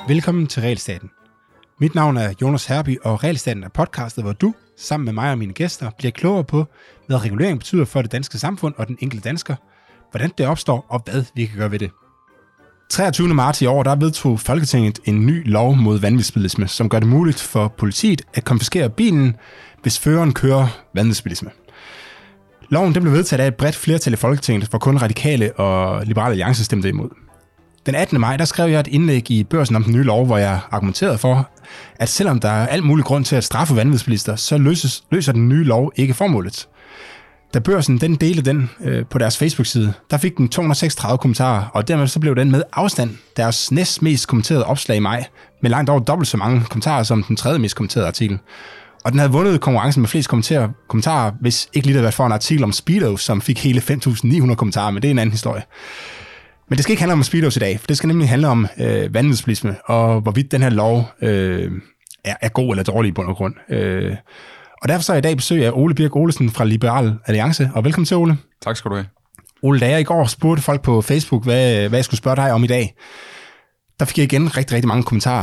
Velkommen til Realstaten. Mit navn er Jonas Herby, og Realstaten er podcastet, hvor du, sammen med mig og mine gæster, bliver klogere på, hvad regulering betyder for det danske samfund og den enkelte dansker, hvordan det opstår og hvad vi kan gøre ved det. 23. marts i år, der vedtog Folketinget en ny lov mod vanvidsbilisme, som gør det muligt for politiet at konfiskere bilen, hvis føreren kører vanvidsbilisme. Loven blev vedtaget af et bredt flertal i Folketinget, hvor kun Radikale og Liberale Alliance stemte imod. Den 18. maj, der skrev jeg et indlæg i Børsen om den nye lov, hvor jeg argumenterede for, at selvom der er alt mulig grund til at straffe vanvidsbilister, så løser den nye lov ikke formålet. Da Børsen den delte den på deres Facebook-side, der fik den 236 kommentarer, og dermed så blev den med afstand deres næst mest kommenterede opslag i maj, med langt over dobbelt så mange kommentarer som den tredje mest kommenterede artikel. Og den havde vundet konkurrencen med flest kommentarer, hvis ikke lige det havde været for en artikel om Speedos, som fik hele 5.900 kommentarer, men det er en anden historie. Men det skal ikke handle om Speedos i dag, for det skal nemlig handle om vanvidsbilisme, og hvorvidt den her lov er god eller dårlig i bund og grund. Og derfor så er i dag besøg af Ole Birk Olesen fra Liberal Alliance, og velkommen til, Ole. Tak skal du have. Ole, da jeg i går spurgte folk på Facebook, hvad jeg skulle spørge dig om i dag, der fik jeg igen rigtig, rigtig mange kommentarer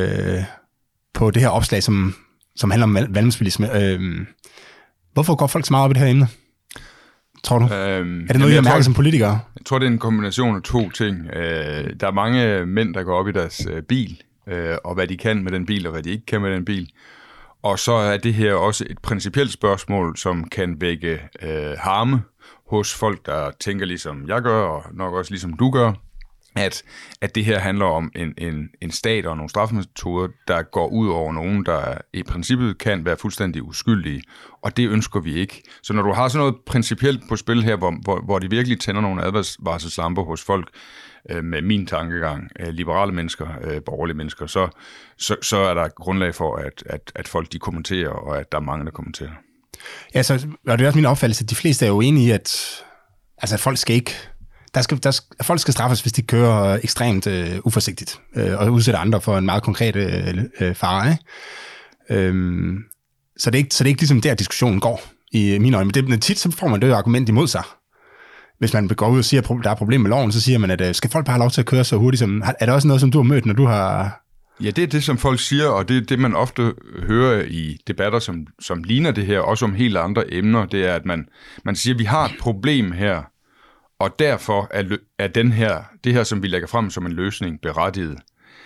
på det her opslag, som handler om vanvidsbilisme. Hvorfor går folk så meget op i det her emne? Tror du? Er det noget, jeg mærker som politikere? Jeg tror, det er en kombination af to ting. Der er mange mænd, der går op i deres bil, og hvad de kan med den bil, og hvad de ikke kan med den bil. Og så er det her også et principielt spørgsmål, som kan vække harme hos folk, der tænker ligesom jeg gør, og nok også ligesom du gør, at det her handler om en stat og nogle strafmetoder, der går ud over nogen, der i princippet kan være fuldstændig uskyldige, og det ønsker vi ikke. Så når du har sådan noget principielt på spil her, hvor de virkelig tænder nogle advarselslamper hos folk, med min tankegang, liberale mennesker, borgerlige mennesker, så er der grundlag for, at folk de kommenterer, og at der er mange, der kommenterer. Ja, så og det er også min opfattelse, at de fleste er jo enige i, at folk skal ikke... folk skal straffes, hvis de kører ekstremt uforsigtigt og udsætter andre for en meget konkret fare. Så det er ikke ligesom der, diskussionen går i mine øjne. Men tit så får man det argument imod sig. Hvis man går ud og siger, at der er et problem med loven, så siger man, at skal folk bare have lov til at køre så hurtigt? Er det også noget, som du har mødt, når du har... Ja, det er det, som folk siger, og det er det, man ofte hører i debatter, som ligner det her, også om helt andre emner. Det er, at man siger, at vi har et problem her, og derfor er det her, som vi lægger frem som en løsning, berettiget.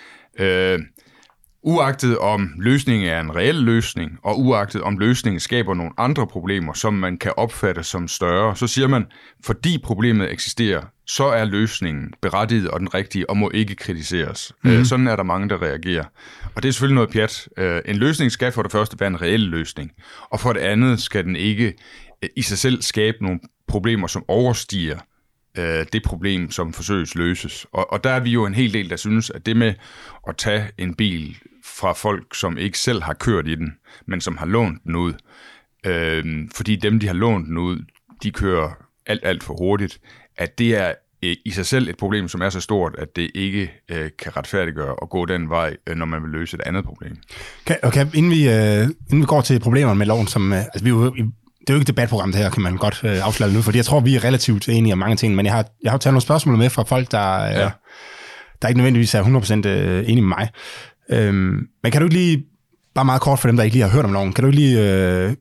Uagtet om løsningen er en reel løsning, og uagtet om løsningen skaber nogle andre problemer, som man kan opfatte som større, så siger man, fordi problemet eksisterer, så er løsningen berettiget og den rigtige, og må ikke kritiseres. Sådan er der mange, der reagerer. Og det er selvfølgelig noget pjat. En løsning skal for det første være en reel løsning, og for det andet skal den ikke i sig selv skabe nogle problemer, som overstiger det problem, som forsøges løses. Og der er vi jo en hel del, der synes, at det med at tage en bil fra folk, som ikke selv har kørt i den, men som har lånt den ud, fordi dem, de har lånt den ud, de kører alt for hurtigt, at det er i sig selv et problem, som er så stort, at det ikke kan retfærdiggøre at gå den vej, når man vil løse et andet problem. Okay, inden vi går til problemerne med loven, som det er jo ikke et debatprogram, det her, kan man godt afsløre nu, fordi jeg tror, vi er relativt enige om mange ting, men jeg har taget nogle spørgsmål med fra folk, der ikke nødvendigvis er 100% enige med mig. Men kan du ikke lige, bare meget kort for dem, der ikke lige har hørt om loven, kan du ikke lige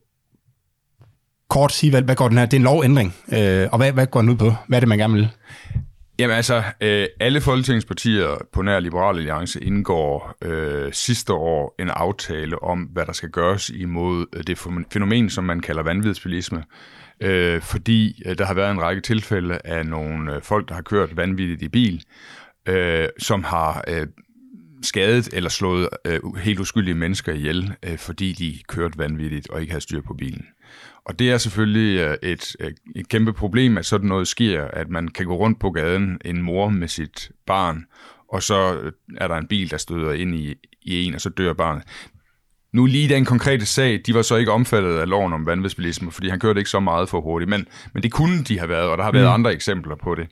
kort sige, hvad går den her? Det er en lovændring, og hvad går den ud på? Hvad er det, man gerne vil? Jamen altså, alle folketingspartier på nær Liberal Alliance indgår sidste år en aftale om, hvad der skal gøres imod det fænomen, som man kalder vanvidsbilisme, fordi der har været en række tilfælde af nogle folk, der har kørt vanvittigt i bil, som har skadet eller slået helt uskyldige mennesker ihjel, fordi de kørte vanvittigt og ikke havde styr på bilen. Og det er selvfølgelig et kæmpe problem, at sådan noget sker, at man kan gå rundt på gaden, en mor med sit barn, og så er der en bil, der støder ind i en, og så dør barnet. Nu lige den konkrete sag, de var så ikke omfattet af loven om vanvidsbilisme, fordi han kørte ikke så meget for hurtigt, men det kunne de have været, og der har været andre eksempler på det.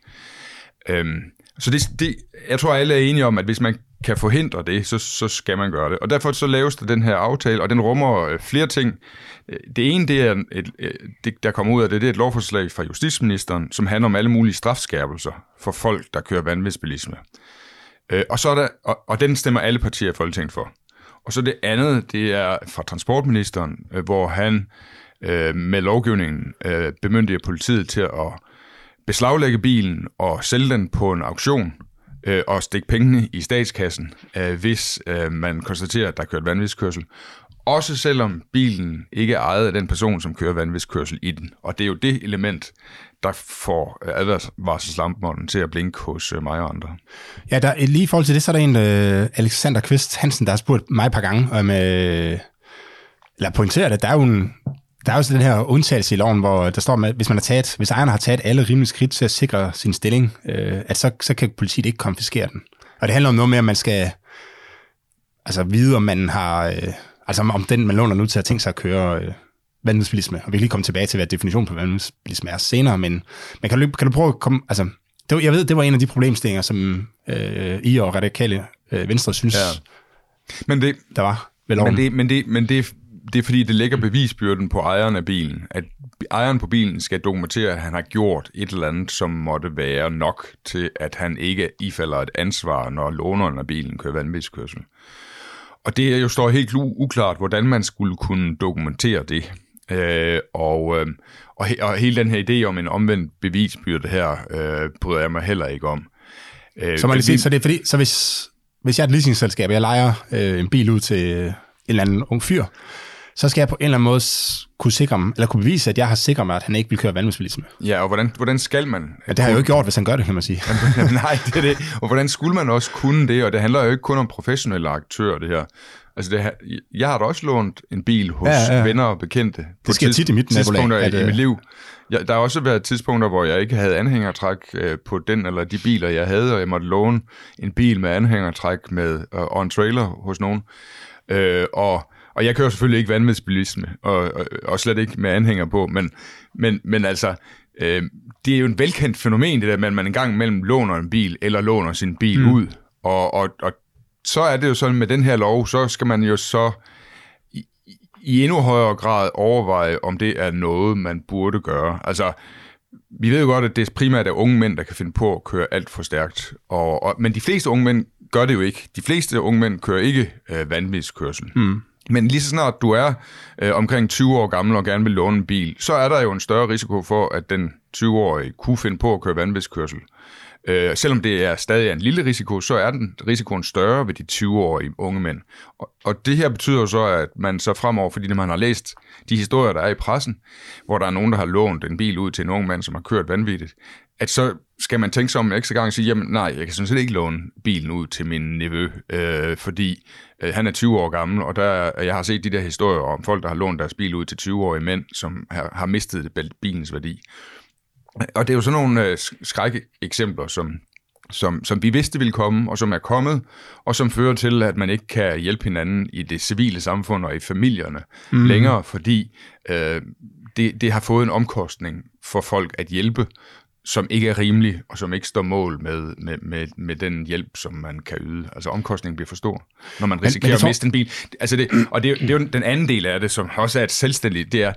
Så jeg tror, alle er enige om, at hvis man kan forhindre det, så skal man gøre det. Og derfor så laves der den her aftale, og den rummer flere ting. Det ene, det er der kommer ud af det er et lovforslag fra justitsministeren, som handler om alle mulige strafskærpelser for folk, der kører vanvidsbilisme. Og så er der, og den stemmer alle partier i Folketinget for. Og så det andet, det er fra transportministeren, hvor han med lovgivningen bemyndiger politiet til at beslaglægge bilen og sælge den på en auktion og stikke pengene i statskassen, hvis man konstaterer, at der er kørt vanvidskørsel. Også selvom bilen ikke er ejet af den person, som kører vanvidskørsel i den. Og det er jo det element, der får advarselslamperne til at blinke hos mig og andre. Ja, lige i forhold til det, så er der en Alexander Kvist Hansen, der har spurgt mig et par gange, eller pointerer det, der er jo så den her undtagelse i loven, hvor der står, at hvis ejeren har taget alle rimelige skridt til at sikre sin stilling, at så kan politiet ikke konfiskere den. Og det handler om noget med, at man skal vide, om man har... om den, man låner nu til at tænke sig at køre vanvidsbilisme. Og vi kan lige komme tilbage til, hvad definitionen på vanvidsbilisme er senere, men kan du prøve at komme... jeg ved, det var en af de problemstillinger, som I og Radikale Venstre synes, der var ved loven. Men det er fordi, det lægger bevisbyrden på ejeren af bilen. At ejeren på bilen skal dokumentere, at han har gjort et eller andet, som måtte være nok til, at han ikke ifalder et ansvar, når låneren af bilen kører vanvidskørsel. Og det jo står helt uklart, hvordan man skulle kunne dokumentere det. Og hele den her idé om en omvendt bevisbyrde her, bryder jeg mig heller ikke om. Så det er fordi, så hvis jeg er et leasingselskab, og jeg lejer en bil ud til en eller anden ung fyr, så skal jeg på en eller anden måde kunne bevise, at jeg har sikret mig, at han ikke vil køre vanvidsbilisme. Ja, og hvordan skal man? Ja, det har jeg jo ikke gjort, hvis han gør det, kan man sige. Nej, det er det. Og hvordan skulle man også kunne det? Og det handler jo ikke kun om professionelle aktører, det her. Altså, jeg har da også lånt en bil hos venner og bekendte. Det sker tit i mit nabolag. I mit liv. Der har også været tidspunkter, hvor jeg ikke havde anhængertræk på den eller de biler, jeg havde, og jeg måtte låne en bil med anhængertræk og en trailer hos nogen. Og jeg kører selvfølgelig ikke vanvidsbilisme, og slet ikke med anhænger på, men altså, det er jo en velkendt fænomen, det der, at man en gang imellem låner en bil, eller låner sin bil ud, og så er det jo sådan, med den her lov, så skal man jo så i endnu højere grad overveje, om det er noget, man burde gøre. Altså, vi ved jo godt, at det primært er unge mænd, der kan finde på at køre alt for stærkt, men de fleste unge mænd gør det jo ikke. De fleste unge mænd kører ikke vanvidskørsel. Men lige så snart du er omkring 20 år gammel og gerne vil låne en bil, så er der jo en større risiko for, at den 20-årige kunne finde på at køre vanvidskørsel. Selvom det er stadig en lille risiko, så er den risikoen større ved de 20-årige unge mænd. Og det her betyder så, at man så fremover, fordi man har læst de historier, der er i pressen, hvor der er nogen, der har lånt en bil ud til en ung mand, som har kørt vanvittigt, at så skal man tænke sig om en ekstra gang og sige, jamen nej, jeg kan sådan set ikke låne bilen ud til min nevø, fordi han er 20 år gammel, og jeg har set de der historier om folk, der har lånt deres bil ud til 20-årige mænd, som har mistet bilens værdi. Og det er jo sådan nogle skrækeksempler, som vi vidste ville komme, og som er kommet, og som fører til, at man ikke kan hjælpe hinanden i det civile samfund og i familierne længere, fordi det har fået en omkostning for folk at hjælpe, som ikke er rimelig, og som ikke står mål med den hjælp, som man kan yde. Altså omkostningen bliver for stor, når man risikerer at miste en bil. Altså det er jo den anden del af det, som også er et selvstændigt, det er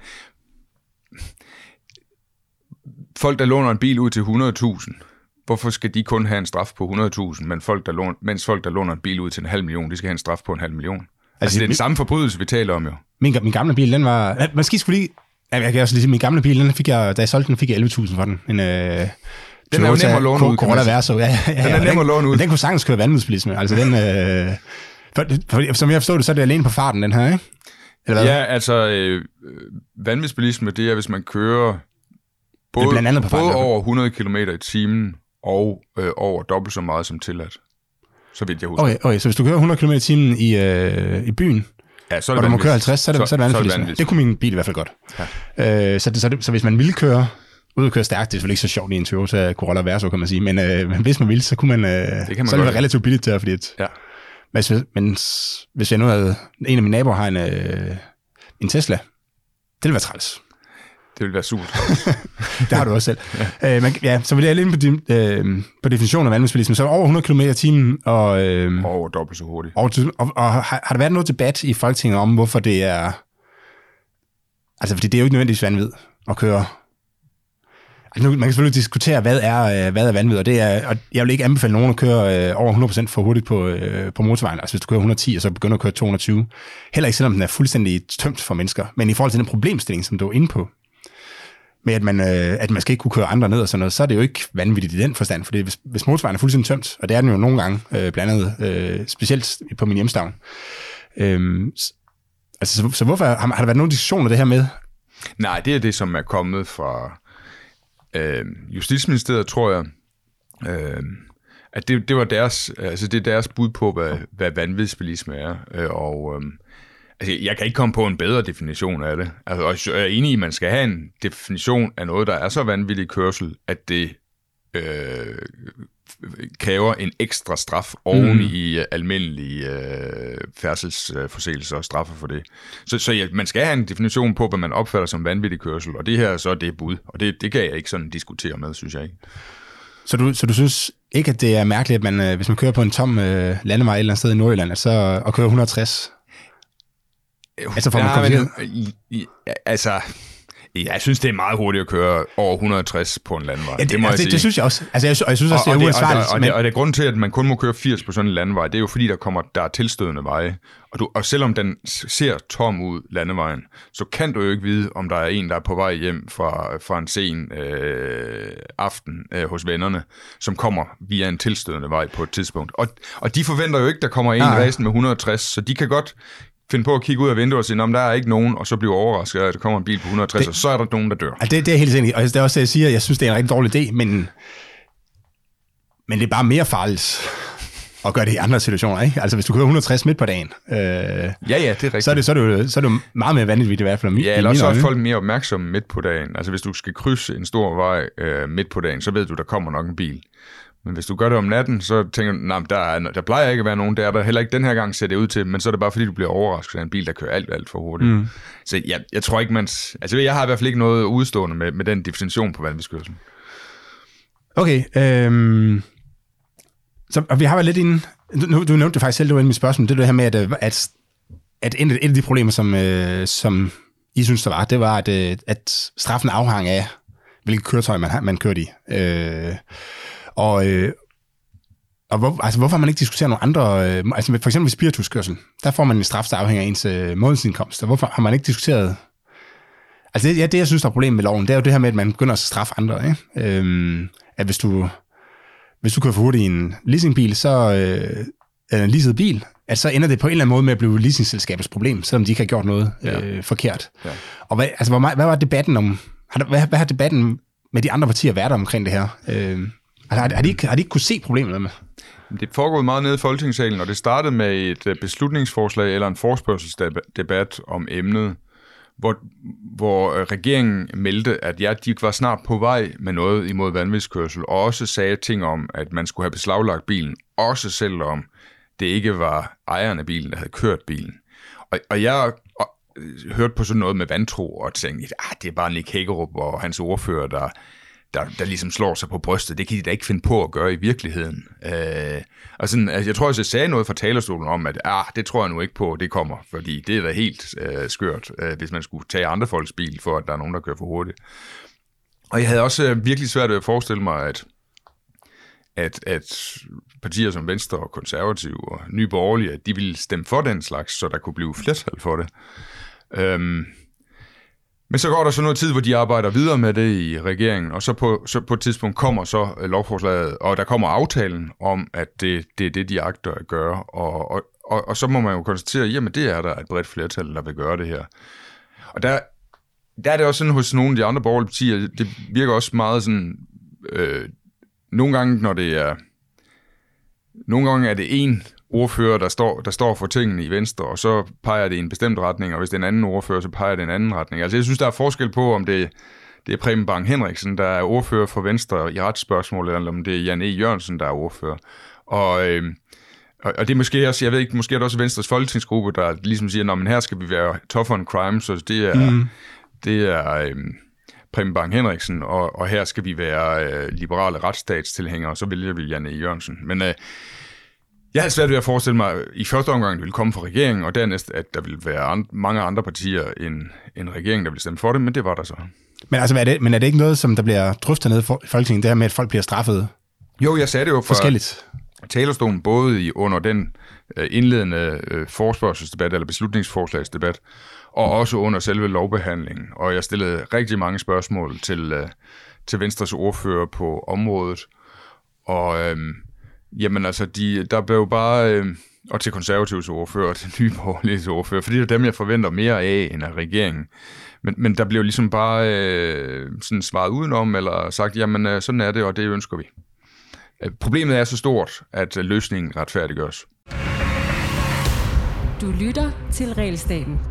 folk, der låner en bil ud til 100.000. Hvorfor skal de kun have en straf på 100.000, mens folk, der låner en bil ud til 500.000, de skal have en straf på 500.000? Altså det er den samme forbrydelse, vi taler om jo. Min gamle bil, den var... Måske skulle lige... Jeg kan også lige sige, min gamle bil, den fik jeg, da jeg solgte den, fik jeg 11.000 for den. Den er jo nem at låne ud. Corolla Verso, ja. Den er nem at låne ud. Den kunne sagtens køre vanvidsbilisme. Altså den... som jeg forstår det, så er det alene på farten, den her, ikke? Eller hvad? Ja, altså vanvidsbilisme, det er, hvis man kører både over 100 km i timen og over dobbelt så meget som tilladt. Så vidt jeg husker. Okay, så hvis du kører 100 km i timen i byen, ja, så er det og du må køre 50, så er det vanvidsbilisme. Det kunne min bil i hvert fald godt. Ja. Så hvis man ville køre ud og køre stærkt, det er selvfølgelig ikke så sjovt i en Toyota Corolla Verso, kan man sige, men hvis man ville, så kunne man, så er det relativt billigt til, fordi hvis jeg nu havde, en af mine naboer har en Tesla, det ville være træls. Det vil være super. Det har du også selv. Så vil jeg lige ind på definitionen af vanvidsbilisme. Så over 100 km i timen og... over dobbelt så hurtigt. Og har der været noget debat i Folketinget om, hvorfor det er... Altså, fordi det er jo ikke nødvendigvis vanvid at køre... Altså, man kan selvfølgelig diskutere, hvad er vanvid, og jeg vil ikke anbefale nogen at køre over 100% for hurtigt på motorvejen. Altså hvis du kører 110, og så begynder at køre 220. Heller ikke selvom den er fuldstændig tømt for mennesker. Men i forhold til den problemstilling, som du er inde på, med at man skal ikke kunne køre andre ned og sådan noget, så er det jo ikke vanvittigt i den forstand. Fordi hvis motorvejen er fuldstændig tømt, og det er den jo nogle gange, blandt andet, specielt på min hjemstavn. Så hvorfor har der været nogle diskussioner det her med? Nej, det er det, som er kommet fra Justitsministeriet, tror jeg. At det var deres, altså det er deres bud på, hvad vanvidsbilisme er. Altså, jeg kan ikke komme på en bedre definition af det. Altså, og jeg er enig i, at man skal have en definition af noget, der er så vanvittig kørsel, at det kræver en ekstra straf oven i almindelige færdselsforseelser og straffer for det. Så man skal have en definition på, hvad man opfatter som vanvittig kørsel, og det her så er det bud, og det kan jeg ikke sådan diskutere med, synes jeg ikke. Så du synes ikke, at det er mærkeligt, at man, hvis man kører på en tom landevej et eller andet sted i Nordjylland, og kører 160? Altså får man kompliceret? Jeg synes, det er meget hurtigt at køre over 160 på en landevej. Ja, det må jeg sige. Det synes jeg også. Altså, jeg synes også, det er uansvarligt. Og det er grunden til, at man kun må køre 80 på sådan en landevej. Det er jo fordi, der er tilstødende veje. Og selvom den ser tom ud, landevejen, så kan du jo ikke vide, om der er en, der er på vej hjem fra en sen aften hos vennerne, som kommer via en tilstødende vej på et tidspunkt. Og de forventer jo ikke, der kommer en ræsen med 160, så de kan godt finde på at kigge ud af vinduet og sige, om der er ikke nogen, og så bliver overrasket, at der kommer en bil på 160, og så er der nogen, der dør. Altså det er helt enig, og det er også det, jeg siger, jeg synes, det er en rigtig dårlig idé, men det er bare mere farligt at gøre det i andre situationer, ikke? Altså hvis du kører 160 midt på dagen, ja, det er rigtigt. Så er det jo meget mere vanvittigt i hvert fald. Ja, eller så er folk mere opmærksomme midt på dagen. Altså hvis du skal krydse en stor vej midt på dagen, så ved du, der kommer nok en bil. Men hvis du gør det om natten, så tænker du, nej, der plejer ikke at være nogen, der er der heller ikke den her gang ser det ud til, men så er det bare fordi, du bliver overrasket af en bil, der kører alt for hurtigt. Så jeg tror ikke, jeg har i hvert fald ikke noget udstående med den definition på vanvidskørsel. Okay, så og vi har været lidt inde, du nævnte det faktisk selv, det var inde i mit spørgsmål, det her med, at et af de problemer, som I synes, der var, det var, at straffen afhang af, hvilket køretøj man kørte i. Hvorfor har man ikke diskuteret nogle andre, altså for eksempel ved spirituskørsel, der får man en straf, der afhænger af ens månedsindkomst, og hvorfor har man ikke diskuteret, altså det jeg synes, der er problemet med loven, det er jo det her med, at man begynder at straffe andre, ikke? At hvis du kører for hurtigt i en leasingbil, eller en leaset bil, at så ender det på en eller anden måde med at blive leasingselskabets problem, selvom de ikke har gjort noget forkert. Ja. Og hvad var debatten om, hvad har debatten med de andre partier været omkring det her? Har de ikke kunne se problemet med? Det foregået meget nede i Folketingssalen, og det startede med et beslutningsforslag eller en forespørgselsdebat om emnet, hvor regeringen meldte, at de var snart på vej med noget imod vanvidskørsel, og også sagde ting om, at man skulle have beslaglagt bilen, også selvom det ikke var ejeren af bilen, der havde kørt bilen. Og jeg hørte på sådan noget med vantro, og tænkte, det er bare Nick Hækkerup og hans ordfører, der ligesom slår sig på brystet. Det kan de da ikke finde på at gøre i virkeligheden. Og sådan, altså, jeg tror også, jeg sagde noget fra talerstolen om, at det tror jeg nu ikke på, det kommer, fordi det er da helt skørt, hvis man skulle tage andre folks bil, for at der er nogen, der kører for hurtigt. Og jeg havde også virkelig svært ved at forestille mig, at partier som Venstre og Konservative og Nye Borgerlige, at de ville stemme for den slags, så der kunne blive flertal for det. Men så går der så noget tid, hvor de arbejder videre med det i regeringen, og så på et tidspunkt kommer så lovforslaget, og der kommer aftalen om, at det er det, de agter at gøre, og så må man jo konstatere, jamen det er der et bredt flertal, der vil gøre det her. Og der er det også sådan hos nogle af de andre borgerlige partier, det virker også meget sådan, nogle gange er det en ordfører, der står for tingene i Venstre, og så peger det i en bestemt retning, og hvis det er en anden ordfører, så peger det i en anden retning. Altså jeg synes, der er forskel på, om det er Preben Bang Henriksen, der er ordfører for Venstre i retsspørgsmålet, eller om det er Jan E. Jørgensen, der er ordfører. Og det er måske også, jeg ved ikke, måske er det også Venstres folketingsgruppe, der ligesom siger, men her skal vi være tough on crime, så det er Preben Bang Henriksen, og her skal vi være liberale retsstatstilhængere, og så vælger vi Jan E. Jørgensen. Men jeg har svært ved at forestille mig, at i første omgang det ville komme fra regeringen, og dernæst, at der ville være mange andre partier end regeringen, der ville stemme for det, men det var der så. Men altså, er det ikke noget, som der bliver drøftet nede i Folketinget, det her med, at folk bliver straffet? Jo, jeg sagde det jo forskelligt. Talerstolen, både under den indledende forespørgselsdebat eller beslutningsforslagsdebat, og også under selve lovbehandlingen. Og jeg stillede rigtig mange spørgsmål til Venstres ordfører på området. Og jamen altså, der blev bare... og til konservativs ordfører, og til Nye Borgerliges ordfører, fordi det er dem, jeg forventer mere af end af regeringen. Men der blev ligesom bare sådan svaret udenom, eller sagt, jamen sådan er det, og det ønsker vi. Problemet er så stort, at løsningen retfærdiggøres. Du lytter til Regelstaten.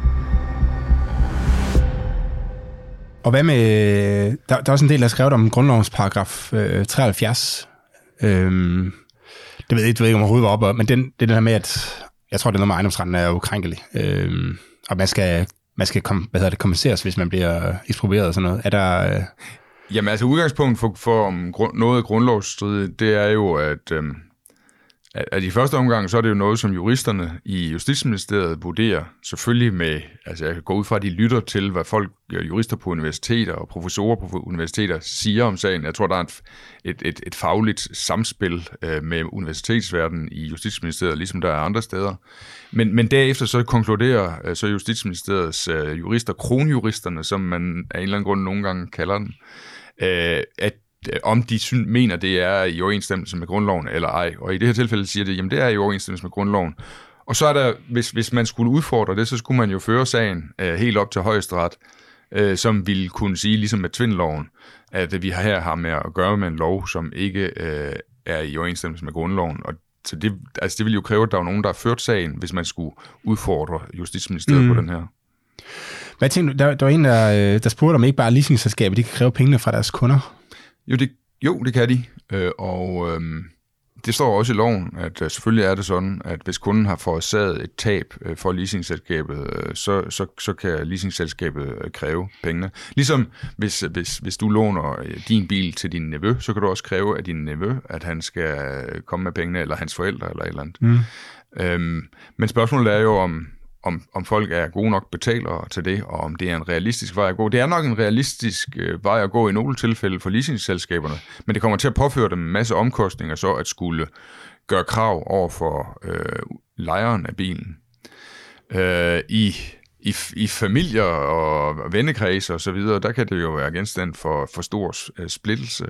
Og hvad med... Der er også en del, der er skrevet om grundlovens paragraf 73. Det ved jeg ikke, om overhovedet var oppe, men det er det her med, at jeg tror, det er noget med ejendomsretten er ukrænkelig. Og man skal kompenseres, hvis man bliver eksproprieret og sådan noget. Er der... Jamen altså udgangspunkt for noget grundlovsstridigt, det er jo, at i første omgang, så er det jo noget, som juristerne i Justitsministeriet vurderer, selvfølgelig med, altså jeg kan gå ud fra, at de lytter til, hvad folk, jurister på universiteter og professorer på universiteter siger om sagen. Jeg tror, der er et fagligt samspil med universitetsverdenen i Justitsministeriet, ligesom der er andre steder. Men derefter så konkluderer så Justitsministeriets jurister, kronjuristerne, som man af en eller anden grund nogle gange kalder dem, at om de mener, det er i overensstemmelse med grundloven eller ej. Og i det her tilfælde siger det, jamen det er i overensstemmelse med grundloven. Og så er der, hvis man skulle udfordre det, så skulle man jo føre sagen helt op til Højesteret, som ville kunne sige, ligesom med Tvindloven, at vi har med at gøre med en lov, som ikke er i overensstemmelse med grundloven. Og så det ville jo kræve, at der var nogen, der har ført sagen, hvis man skulle udfordre Justitsministeriet på den her. Hvad tænker du? Der var en, der spurgte, om ikke bare leasingselskaber, de kan kræve pengene fra deres kunder? Jo, det kan de. Og det står også i loven, at selvfølgelig er det sådan, at hvis kunden har forårsaget et tab for leasingselskabet, så kan leasingselskabet kræve pengene. Ligesom hvis du låner din bil til din nevø, så kan du også kræve af din nevø, at han skal komme med pengene, eller hans forældre, eller et eller andet. Men spørgsmålet er jo, om folk er gode nok betalere til det, og om det er en realistisk vej at gå. Det er nok en realistisk vej at gå i nogle tilfælde for leasingselskaberne, men det kommer til at påføre dem en masse omkostninger så at skulle gøre krav over for lejeren af bilen. I familier og vennekredse og så videre, der kan det jo være genstand for stor splittelse.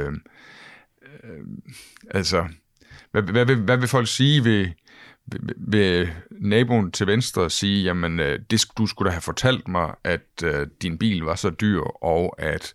Altså, hvad vil folk sige ved naboen til venstre sige, jamen, du skulle da have fortalt mig, at din bil var så dyr, og at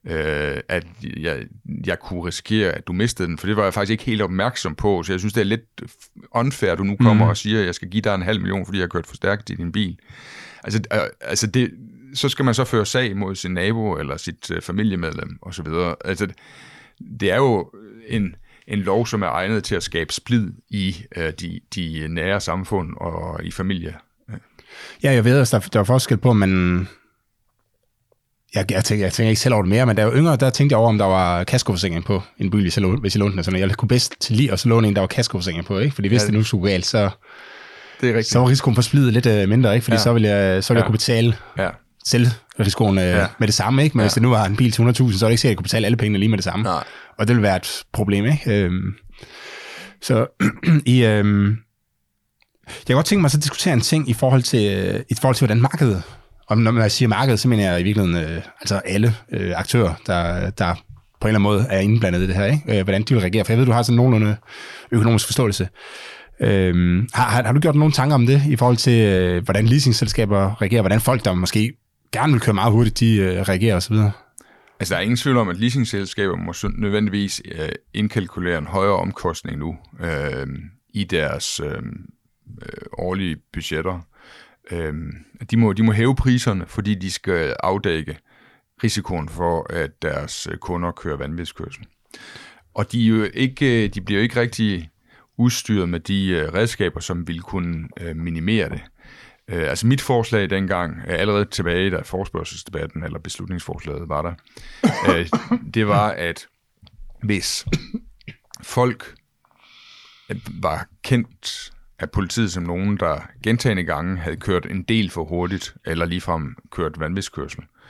jeg kunne risikere, at du mistede den, for det var jeg faktisk ikke helt opmærksom på, så jeg synes, det er lidt unfair, at du nu kommer og siger, at jeg skal give dig 500.000, fordi jeg har kørt for stærkt i din bil. Altså det, så skal man så føre sag mod sin nabo, eller sit familiemedlem, og så videre. Altså, det er jo en lov, som er egnet til at skabe splid i de nære samfund og i familie. Ja, jeg ved, at der er forskel på, men jeg tænker ikke selv over det mere, men da jeg var yngre, der tænkte jeg over, om der var kaskoforsikring på en bil, hvis jeg lånte den. Sådan, jeg kunne bedst til lige at så låne en, der var kaskoforsikring på, ikke? Fordi hvis det nu skulle galt, så var risikoen for splidet lidt mindre, ikke? Fordi så ville jeg kunne betale selv risikoen med det samme, ikke? Men hvis det nu var en bil til 100.000, så er det ikke sikkert, at jeg kunne betale alle pengene lige med det samme. Nej. Og det ville være et problem, ikke? Så jeg kan godt tænke mig så at diskutere en ting i forhold til hvordan markedet, og når man siger markedet, så mener jeg i virkeligheden altså alle aktører, der på en eller anden måde er indblandet i det her, ikke? Hvordan de vil reagere, for jeg ved, du har sådan nogenlunde økonomisk forståelse. Har du gjort nogle tanker om det, i forhold til hvordan leasingselskaber reagerer, hvordan folk, der måske gerne vil køre meget hurtigt, de reagerer osv.? Altså, der er ingen tvivl om, at leasingselskaber må nødvendigvis indkalkulere en højere omkostning nu i deres årlige budgetter. De må hæve priserne, fordi de skal afdække risikoen for, at deres kunder kører vanvidskørsel. Og de bliver jo ikke rigtig udstyret med de redskaber, som vil kunne minimere det. Altså mit forslag dengang, allerede tilbage, da forespørgselsdebatten eller beslutningsforslaget var der, det var, at hvis folk var kendt af politiet som nogen, der gentagne gange havde kørt en del for hurtigt, eller ligefrem kørt vanvidskørsel,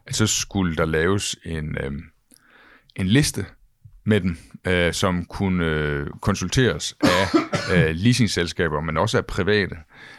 at så skulle der laves en liste med dem, som kunne konsulteres af leasingselskaber, men også af private.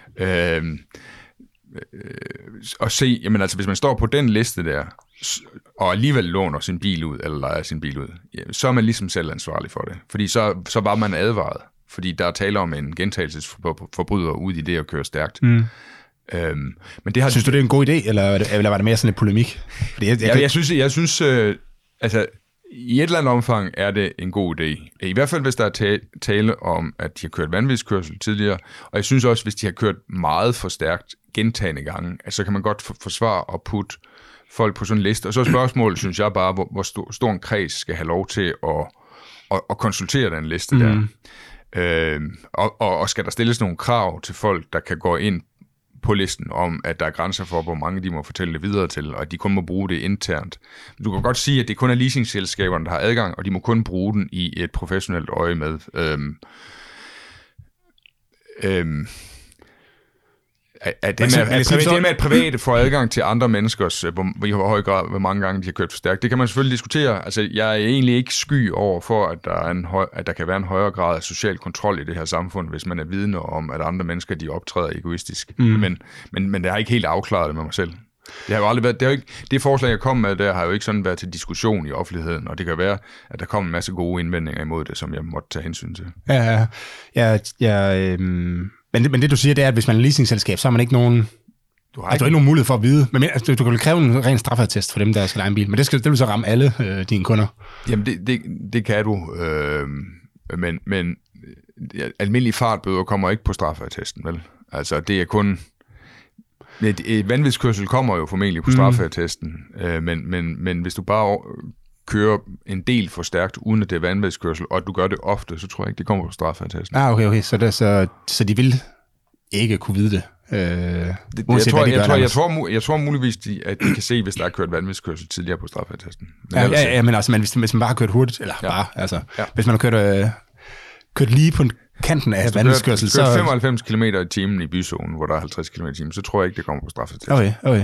Og se, jamen altså, hvis man står på den liste der, og alligevel låner sin bil ud, eller lejer sin bil ud, så er man ligesom selv ansvarlig for det. Fordi så var man advaret. Fordi der er tale om en gentagelsesforbryder ude i det at køre stærkt. Men det har... Synes du, det er en god idé, eller var det mere sådan en polemik? Fordi jeg synes altså, i et eller andet omfang er det en god idé. I hvert fald, hvis der er tale om, at de har kørt vanvidskørsel tidligere, og jeg synes også, hvis de har kørt meget for stærkt gentagende gange, så kan man godt forsvare og putte folk på sådan en liste. Og så spørgsmålet, synes jeg bare, hvor stor en kreds skal have lov til at konsultere den liste der. Og skal der stilles nogle krav til folk, der kan gå ind på listen om, at der er grænser for, hvor mange de må fortælle det videre til, og at de kun må bruge det internt. Du kan godt sige, at det kun er leasingselskaberne, der har adgang, og de må kun bruge den i et professionelt øje med. Det med, at private får adgang til andre menneskers, hvor høj grad, hvor mange gange de har kørt for stærkt, det kan man selvfølgelig diskutere. Altså, jeg er egentlig ikke sky over for, at der kan være en højere grad af social kontrol i det her samfund, hvis man er vidne om, at andre mennesker, de optræder egoistisk. Men det har ikke helt afklaret det med mig selv. Det har jo aldrig været, det forslag, jeg kom med der, har jo ikke sådan været til diskussion i offentligheden, og det kan være, at der kommer en masse gode indvendinger imod det, som jeg måtte tage hensyn til. Men det du siger, det er, at hvis man er leasingselskab, så har man ikke nogen... Du har ikke nogen mulighed for at vide. Men altså, du kan vel kræve en ren straffeattest for dem, der skal leje en bil. Men det vil så ramme alle dine kunder. Jamen, det kan du. Men almindelige fartbøder kommer ikke på straffeattesten, vel? Altså, det er kun... Et vanvidskørsel kommer jo formentlig på straffeattesten. Men hvis du bare kører en del for stærkt, uden at det er vanvidskørsel, og du gør det ofte, så tror jeg ikke, det kommer på straffeattesten. Okay. Så de vil ikke kunne vide det? Jeg tror muligvis, at de kan se, hvis der er kørt vanvidskørsel tidligere på straffeattesten. Men altså, hvis man bare har kørt hurtigt, eller hvis man har kørt lige på kanten af vanvidskørsel, så... 95 km i timen i byzonen, hvor der er 50 km i timen, så tror jeg ikke, det kommer på straffeattesten. Okay.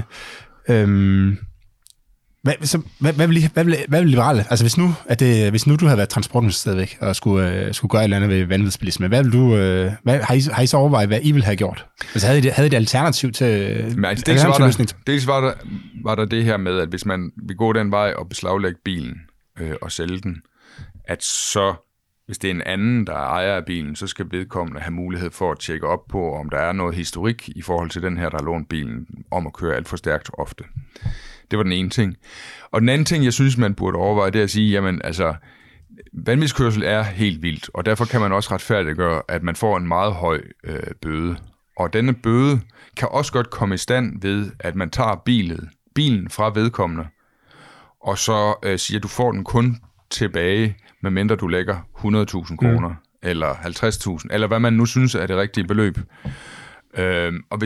Hvad vil liberale? Altså hvis nu du havde været transportminister stadigvæk og skulle gøre et eller andet ved vanvidsbilisme, hvad vil du har I så overvejet, hvad I ville have gjort? Altså havde I et alternativ til dels var der det her med, at hvis man vil gå den vej og beslaglægge bilen og sælge den, at så hvis det er en anden, der ejer af bilen, så skal vedkommende have mulighed for at tjekke op på, om der er noget historik i forhold til den her, der har lånt bilen, om at køre alt for stærkt ofte. Det var den ene ting. Og den anden ting, jeg synes, man burde overveje, det er at sige, jamen altså, vanvidskørsel er helt vildt, og derfor kan man også retfærdiggøre, at man får en meget høj bøde. Og denne bøde kan også godt komme i stand ved, at man tager bilen fra vedkommende, og så siger, at du får den kun tilbage, medmindre du lægger 100.000 kroner, eller 50.000, eller hvad man nu synes er det rigtige beløb. Og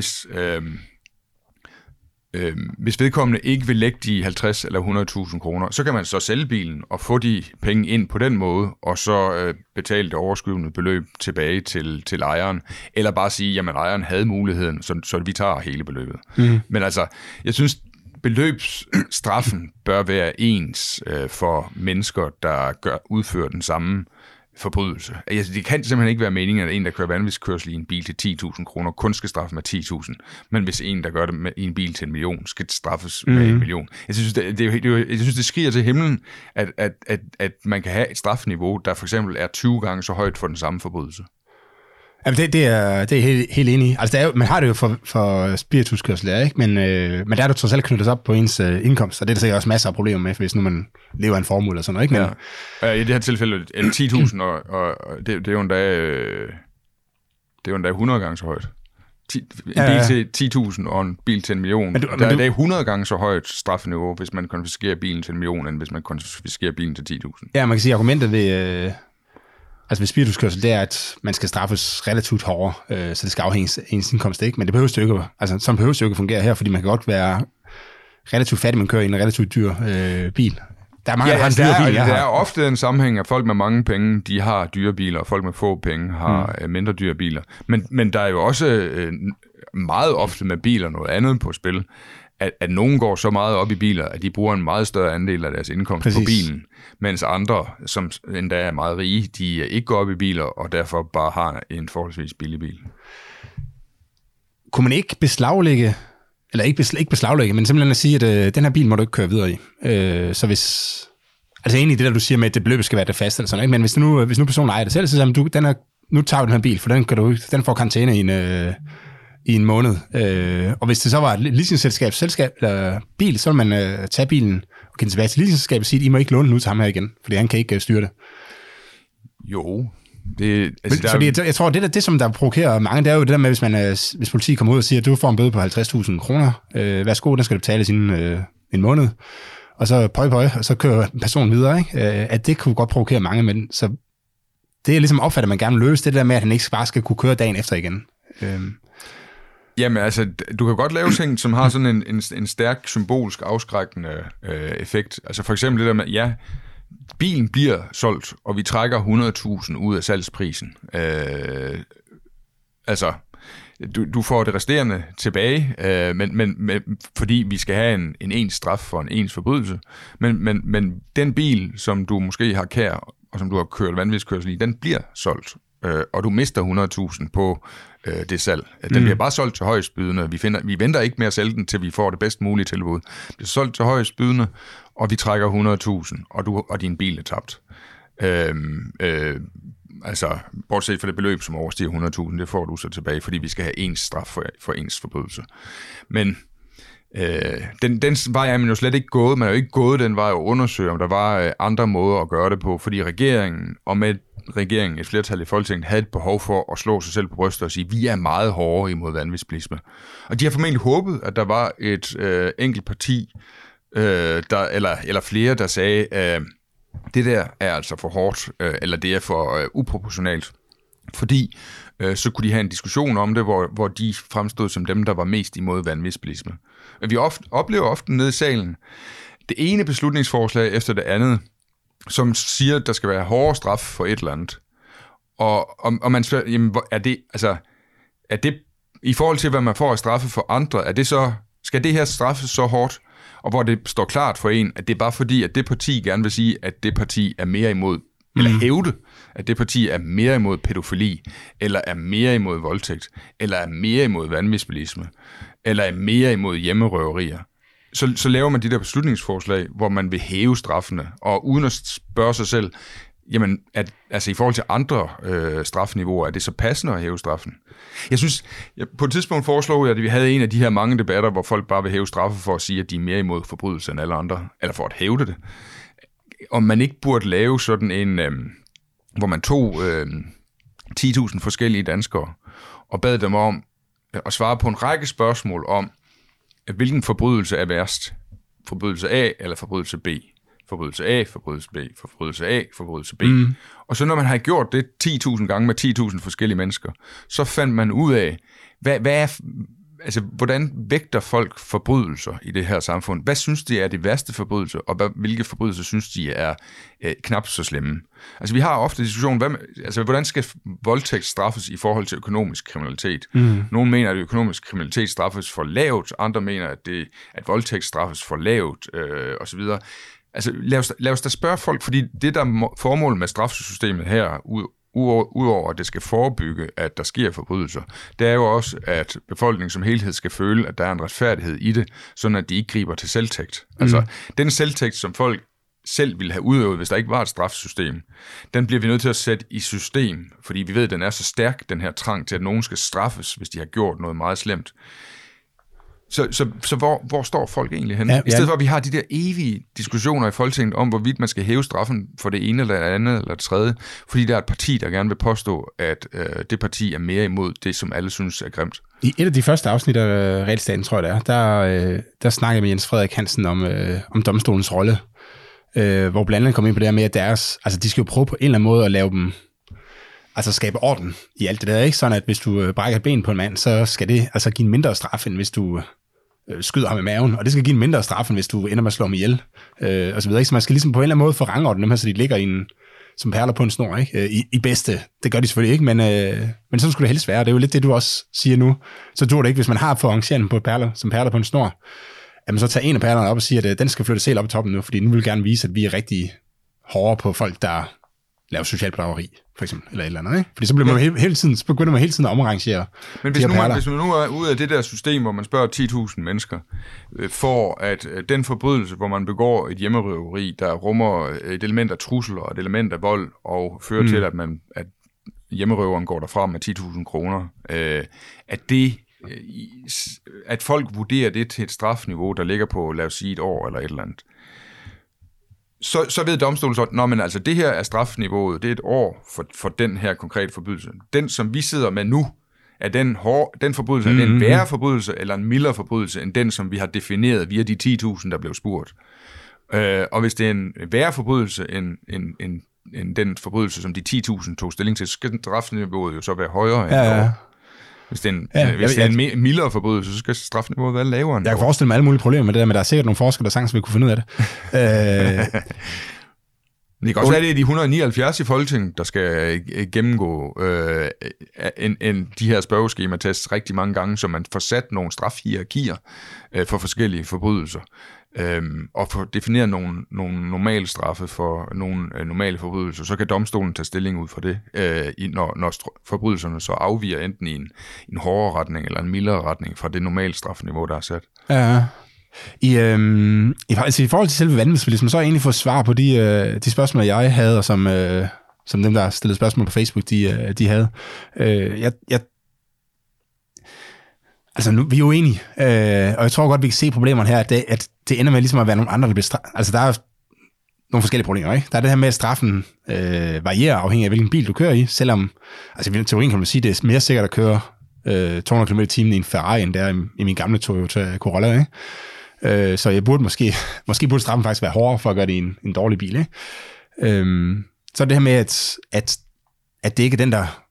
hvis vedkommende ikke vil lægge de 50 eller 100.000 kroner, så kan man så sælge bilen og få de penge ind på den måde, og så betale det overskydende beløb tilbage til ejeren, eller bare sige, jamen ejeren havde muligheden, så vi tager hele beløbet. Men altså, jeg synes, beløbsstraffen bør være ens for mennesker, der udfører den samme forbrydelse. Altså, det kan simpelthen ikke være meningen, at en, der kører vanvidskørsel i en bil til 10.000 kroner, kun skal straffe med 10.000, men hvis en, der gør det i en bil til 1 million, skal straffes med 1 million. Jeg synes, det skriger til himlen, at man kan have et strafniveau, der for eksempel er 20 gange så højt for den samme forbrydelse. Jamen, det er helt enig i. Altså, man har det jo for spirituskørsel, ikke? Men der er det trods alt knyttet op på ens indkomst, og det er der sikkert også masser af problemer med, hvis nu man lever en formue eller sådan noget, ikke? Men, i det her tilfælde 10.000, og det er jo endda 100 gange så højt. En bil til 10.000 og en bil til 1 million. Der er 100 gange så højt strafniveau, hvis man konfiskerer bilen til 1 million, end hvis man konfiskerer bilen til 10.000. Ja, man kan sige, at argumentet ved... Altså ved spirituskørsel, det er, at man skal straffes relativt hårdere, så det skal afhænge af ens indkomst, ikke? Men det behøver ikke, altså sådan behøver det ikke at fungere her, fordi man kan godt være relativt fattig, man kører i en relativt dyr bil. Der er mange, der har en dyre bil. Der er ofte en sammenhæng, at folk med mange penge, de har dyre biler, og folk med få penge har mindre dyre biler. Men der er jo også meget ofte med biler noget andet på spil. at nogen går så meget op i biler, at de bruger en meget større andel af deres indkomst på bilen, mens andre, som endda er meget rige, de ikke går op i biler, og derfor bare har en forholdsvis billig bil. Kunne man ikke beslaglægge, eller ikke beslaglægge, men simpelthen at sige, at den her bil må du ikke køre videre i. Så hvis... Altså egentlig det der, du siger med, at det beløb skal være det faste, eller sådan, ikke? Men hvis nu personen ejer det selv, så siger man, nu tager du den her bil, for den får karantæne i en måned. Og hvis det så var et leasingselskab eller bil, så vil man tage bilen og give den tilbage til leasingselskabet og sige, at I må ikke låne den ud til ham her igen, fordi han kan ikke styre det. Jo. Fordi jeg tror, det som der provokerer mange, det er jo det der med, hvis politiet kommer ud og siger, at du får en bøde på 50.000 kroner, værsgo, den skal du betale inden en måned, og så pøj, og så kører personen videre, ikke? At det kunne godt provokere mange, men så det er ligesom opfattet, at man gerne vil løse det der med, at han ikke bare skal kunne køre dagen efter igen. Jamen altså, du kan godt lave ting, som har sådan en stærk symbolsk afskrækkende effekt. Altså for eksempel det der med, ja, bilen bliver solgt, og vi trækker 100.000 ud af salgsprisen. Altså, du får det resterende tilbage, men fordi vi skal have en ens straf for en ens forbrydelse. Men den bil, som du måske har kær, og som du har kørt vanvidskørsel i, den bliver solgt, og du mister 100.000 på det salg. Den bliver bare solgt til højestbydende. Vi venter ikke med at sælge den, til vi får det bedst mulige tilbud. Det bliver solgt til højestbydende, og vi trækker 100.000, og din bil er tabt. Altså, bortset fra det beløb, som overstiger 100.000, det får du så tilbage, fordi vi skal have ens straf for ens forbrydelse. Men den vej er man jo slet ikke gået. Man er jo ikke gået den vej at undersøge, om der var andre måder at gøre det på, fordi regeringen, og med regeringen, et flertal i Folketinget, havde et behov for at slå sig selv på brystet og sige, vi er meget hårdere imod vanvidsbilisme. Og de har formentlig håbet, at der var et enkelt parti, eller flere, der sagde, det der er altså for hårdt, eller det er for uproportionalt. Fordi så kunne de have en diskussion om det, hvor de fremstod som dem, der var mest imod vanvidsbilisme. Vi oplever ofte nede i salen det ene beslutningsforslag efter det andet, som siger, at der skal være hårdere straf for et eller andet. Og man spørger, jamen, er det i forhold til, hvad man får af straffe for andre, er det så, skal det her straffes så hårdt? Og hvor det står klart for en, at det er bare fordi, at det parti gerne vil sige, at det parti er mere imod, eller hævde, at det parti er mere imod pædofili, eller er mere imod voldtægt, eller er mere imod vanvidsbilisme, eller er mere imod hjemmerøverier. Så laver man de der beslutningsforslag, hvor man vil hæve straffene, og uden at spørge sig selv, jamen, altså i forhold til andre strafniveauer, er det så passende at hæve straffen? Jeg synes, på et tidspunkt foreslog jeg, at vi havde en af de her mange debatter, hvor folk bare vil hæve straffe for at sige, at de er mere imod forbrydelser end alle andre, eller for at hævde det. Om man ikke burde lave sådan en, hvor man tog 10.000 forskellige danskere, og bad dem om at svare på en række spørgsmål om, hvilken forbrydelse er værst? Forbrydelse A eller forbrydelse B? Forbrydelse A, forbrydelse B, forbrydelse A, forbrydelse B. Og så når man har gjort det 10.000 gange med 10.000 forskellige mennesker, så fandt man ud af, hvordan vægter folk forbrydelser i det her samfund? Hvad synes de er de værste forbrydelser, og hvilke forbrydelser synes de er knap så slemme? Altså vi har ofte diskussion, hvordan skal voldtægt straffes i forhold til økonomisk kriminalitet? Nogle mener, at økonomisk kriminalitet straffes for lavt, andre mener, at voldtægt straffes for lavt, osv. Altså lad os da spørge folk, fordi det der er formålet med straffesystemet her, udover at det skal forebygge, at der sker forbrydelser, det er jo også, at befolkningen som helhed skal føle, at der er en retfærdighed i det, sådan at de ikke griber til selvtægt. Altså den selvtægt, som folk selv ville have udøvet, hvis der ikke var et straffesystem, den bliver vi nødt til at sætte i system, fordi vi ved, at den er så stærk, den her trang til, at nogen skal straffes, hvis de har gjort noget meget slemt. Så hvor står folk egentlig henne? Ja. I stedet for, at vi har de der evige diskussioner i Folketinget om, hvorvidt man skal hæve straffen for det ene eller det andet eller det tredje, fordi der er et parti, der gerne vil påstå, at det parti er mere imod det, som alle synes er grimt. I et af de første afsnit af Realstaten, tror jeg det er, der snakker jeg med Jens Frederik Hansen om domstolens rolle, hvor blandt andet kom ind på det her med, at de skal jo prøve på en eller anden måde at lave dem, altså skabe orden i alt det der, ikke? Sådan at hvis du brækker et ben på en mand, så skal det altså give en mindre straf, end hvis du skyder ham i maven, og det skal give en mindre straf, end hvis du ender med at slå ham ihjel, og så videre, ikke? Så man skal ligesom på en eller anden måde få rangorden dem her, så de ligger som perler på en snor, ikke? I bedste. Det gør de selvfølgelig ikke, men sådan skulle det helst være. Det er jo lidt det, du også siger nu. Så tror det ikke, hvis man har for arrangeret dem som perler på en snor, at man så tager en af pærlerne op og siger, at den skal flyttes helt op i toppen nu, fordi nu vil vi gerne vise, at vi er rigtig hårde på folk, der laver social bedrageri, for eksempel, eller et eller andet, ikke? Fordi så bliver man hele tiden, så begynder man hele tiden at omrangere. Men hvis man nu er ude af det der system, hvor man spørger 10.000 mennesker, for at den forbrydelse, hvor man begår et hjemmerøveri, der rummer et element af trussel og et element af vold, og fører til, at hjemmerøveren går derfra med 10.000 kroner, at folk vurderer det til et strafniveau, der ligger på, lad os sige, 1 år eller et eller andet, så ved domstolen så, men altså det her er strafniveauet, det er 1 år for den her konkrete forbrydelse. Den, som vi sidder med nu, er den forbrydelse, er det en værre forbrydelse eller en mildere forbrydelse, end den, som vi har defineret via de 10.000, der blev spurgt. Og hvis det er en værre forbrydelse end den forbrydelse, som de 10.000 tog stilling til, så skal strafniveauet jo så være højere end 1 år. Hvis det er en mildere forbrydelse, så skal strafniveauet være lavere end. Jeg kan forestille mig alle mulige problemer med det der, men der er sikkert nogle forskere, der sagtens vil kunne finde ud af det. Det kan også være, det er de 179 i Folketinget, der skal gennemgå de her spørgeskematests rigtig mange gange, så man får sat nogle strafhierarkier for forskellige forbrydelser, og får defineret nogle normale straffe for nogle normale forbrydelser. Så kan domstolen tage stilling ud for det, når forbrydelserne så afviger enten i en hårdere retning eller en mildere retning fra det normale strafniveau, der er sat. Ja. I forhold til selve vanvidsbilismen, så har jeg egentlig fået svar på de spørgsmål, jeg havde, og som dem, der stillede spørgsmål på Facebook, de havde. Altså, nu, vi er jo enige, og jeg tror godt, vi kan se problemerne her, at det ender med ligesom at være nogle andre, der bliver straffet. Altså, der er nogle forskellige problemer, ikke? Der er det her med, at straffen varierer afhængig af, hvilken bil du kører i, selvom, altså i teorien kan man sige, det er mere sikkert at køre 200 km/t i en Ferrari, end der i min gamle Toyota Corolla, ikke? Så jeg burde måske burde straffen faktisk være hårdere, for at gøre det en dårlig bil, ikke? Så det her med, at det ikke er den, der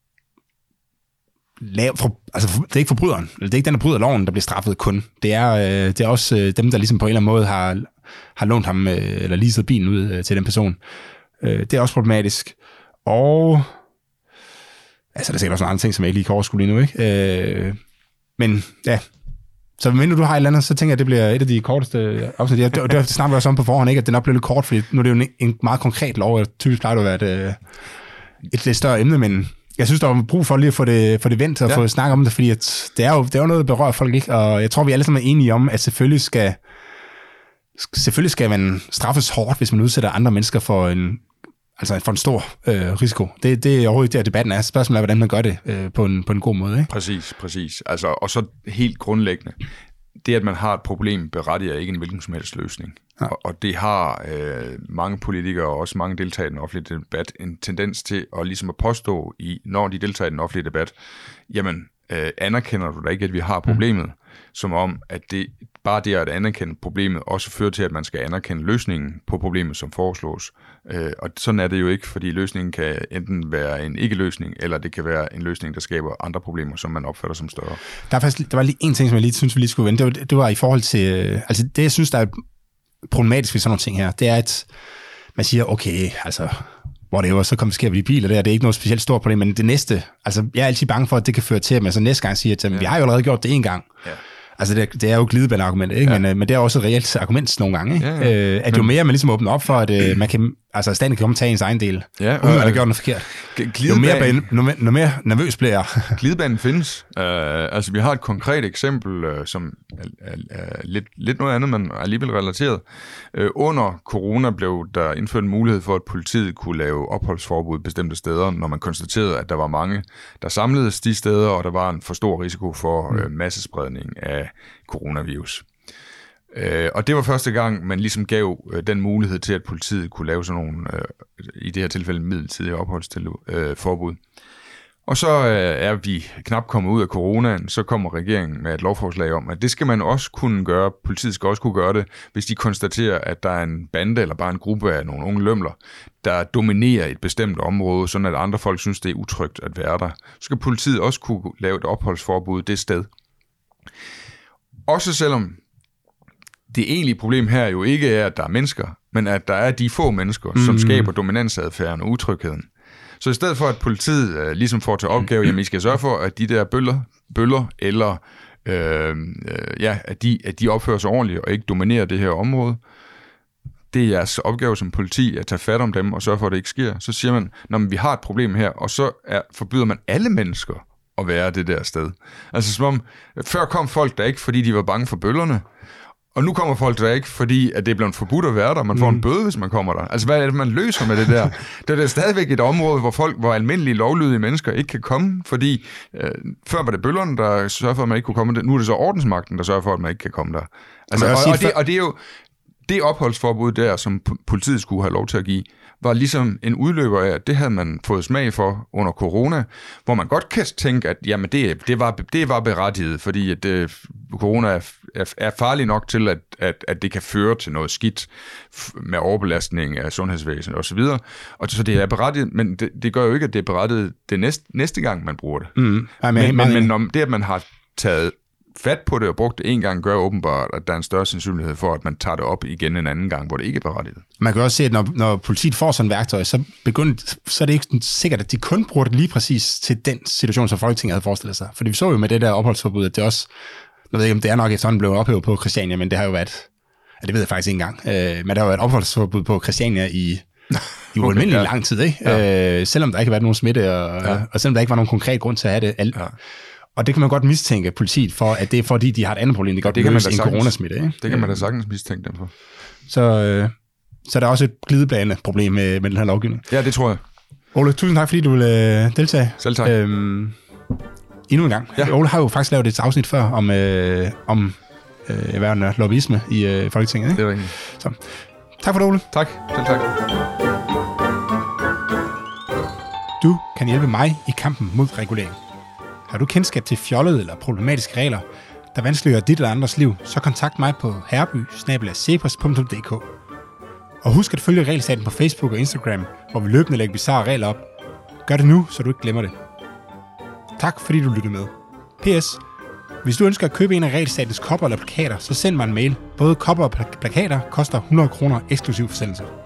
det er ikke forbryderen, eller det er ikke den, der bryder loven, der bliver straffet kun. Det er også dem, der ligesom på en eller anden måde har lånt ham, eller leaset bilen ud til den person. Det er også problematisk. Og altså, der er sikkert også nogle andre ting, som jeg ikke lige kan overskue lige nu, ikke? Men ja, så mindre du har et eller andet, så tænker jeg, at det bliver et af de korteste afsnit. Det snakker vi også om på forhånd, ikke? At det nok bliver lidt kort, fordi nu er det jo en meget konkret lov, og typisk plejer det at være et lidt større emne, men jeg synes, der er brug for lige at få det vendt og få snakket om det, fordi at det er jo noget, der berører folk, ikke? Og jeg tror, vi alle sammen er enige om, at selvfølgelig skal man straffes hårdt, hvis man udsætter andre mennesker for en stor risiko. Det er overhovedet ikke der, debatten er. Spørgsmålet er, hvordan man gør det på en god måde, ikke? Præcis. Altså, og så helt grundlæggende, det at man har et problem, berettiger ikke en hvilken som helst løsning. Ja. Og det har mange politikere og også mange deltagere i den offentlige debat en tendens til at ligesom at påstå, når de deltager i den offentlige debat, jamen, anerkender du da ikke, at vi har problemet, som om, at det bare det at anerkende problemet også fører til, at man skal anerkende løsningen på problemet, som foreslås. Og sådan er det jo ikke, fordi løsningen kan enten være en ikke-løsning, eller det kan være en løsning, der skaber andre problemer, som man opfatter som større. Der var lige en ting, som jeg synes, vi lige skulle vende. Det var i forhold til, altså det, jeg synes, der er problematisk ved sådan nogle ting her, det er, at man siger, okay, altså whatever, så sker vi i biler der, det er ikke noget specielt stort problem, men det næste, altså jeg er altid bange for, at det kan føre til, at man så næste gang siger, at vi har jo allerede gjort det en gang. Ja. Altså det er jo glidebaneargumentet, ikke? Ja. Men det er også et reelt argument nogle gange, ikke? Ja. At jo mere man ligesom åbner op for, at man kan, altså staten kan komme og tage ens egen del, uden at have gjort noget forkert. Jo mere nervøs bliver jeg. Glidebanen findes. Altså vi har et konkret eksempel, som er lidt noget andet, men alligevel relateret. Under corona blev der indført en mulighed for, at politiet kunne lave opholdsforbud bestemte steder, når man konstaterede, at der var mange, der samledes de steder, og der var en for stor risiko for massespredning af coronavirus. Og det var første gang, man ligesom gav den mulighed til, at politiet kunne lave sådan nogle, i det her tilfælde midlertidige opholdsforbud. Og så er vi knap kommet ud af coronaen, så kommer regeringen med et lovforslag om, at det skal man også kunne gøre, politiet skal også kunne gøre det, hvis de konstaterer, at der er en bande eller bare en gruppe af nogle unge lømler, der dominerer et bestemt område, sådan at andre folk synes, det er utrygt at være der. Så skal politiet også kunne lave et opholdsforbud det sted. Også selvom det egentlige problem her jo ikke er, at der er mennesker, men at der er de få mennesker, som skaber dominansadfærden og utrygheden. Så i stedet for, at politiet ligesom får til opgave, jamen I skal sørge for, at de der bøller eller at de opfører sig ordentligt og ikke dominerer det her område. Det er jeres opgave som politi at tage fat om dem og sørge for, at det ikke sker. Så siger man, når vi har et problem her, og så forbyder man alle mennesker at være det der sted. Altså som om, før kom folk der ikke, fordi de var bange for bøllerne, og nu kommer folk der ikke, fordi at det er blevet forbudt at være der. Man får en bøde, hvis man kommer der. Altså, hvad er det, man løser med det der? Det er stadigvæk et område, hvor almindelige lovlydige mennesker ikke kan komme, fordi før var det bøllerne, der sørger for, at man ikke kunne komme der. Nu er det så ordensmagten, der sørger for, at man ikke kan komme der. Altså, og det er jo det opholdsforbud der, som politiet skulle have lov til at give, var ligesom en udløber af, at det havde man fået smag for under corona, hvor man godt kan tænke, at jamen det var berettiget, fordi at corona er farlig nok til, at det kan føre til noget skidt med overbelastning af sundhedsvæsenet osv. Og så det er berettiget, men det gør jo ikke, at det er berettiget det næste gang, man bruger det. Men om det, at man har taget fat på det og brugt det en gang, gør åbenbart, at der er en større sandsynlighed for, at man tager det op igen en anden gang, hvor det ikke er berettiget. Man kan også se, at når politiet får sådan et værktøj, så er det ikke sikkert, at de kun bruger det lige præcis til den situation, som Folketinget havde forestillet sig. Fordi vi så jo med det der opholdsforbud, at det også, jeg ved ikke, om det er nok sådan blevet ophævet på Christiania, men det har jo været, det ved jeg faktisk ikke engang, men der har jo været opholdsforbud på Christiania i ualmindelig lang tid, ikke? Ja. Selvom der ikke har været nogen smitte, og selvom der ikke var nogen konkret grund til at have det. Og det kan man godt mistænke politiet for, at det er fordi, de har et andet problem. Det kan løse en coronasmitte. Ikke? Det kan man da sagtens mistænke dem for. Så der er også et glidebane problem med den her lovgivning. Ja, det tror jeg. Ole, tusind tak, fordi du ville deltage. Selv tak. Endnu en gang. Ja. Ole har jo faktisk lavet et afsnit før om lobbyisme i Folketinget. Ikke? Det er rigtigt. Så, tak for det, Ole. Tak. Selv tak. Du kan hjælpe mig i kampen mod regulering. Har du kendskab til fjollede eller problematiske regler, der vanskeliggør dit eller andres liv, så kontakt mig på herreby@cepos.dk. Og husk at følge Regelstaten på Facebook og Instagram, hvor vi løbende lægger bizarre regler op. Gør det nu, så du ikke glemmer det. Tak fordi du lyttede med. PS. Hvis du ønsker at købe en af Regelstatens kopper eller plakater, så send mig en mail. Både kopper og plakater koster 100 kroner eksklusiv forsendelse.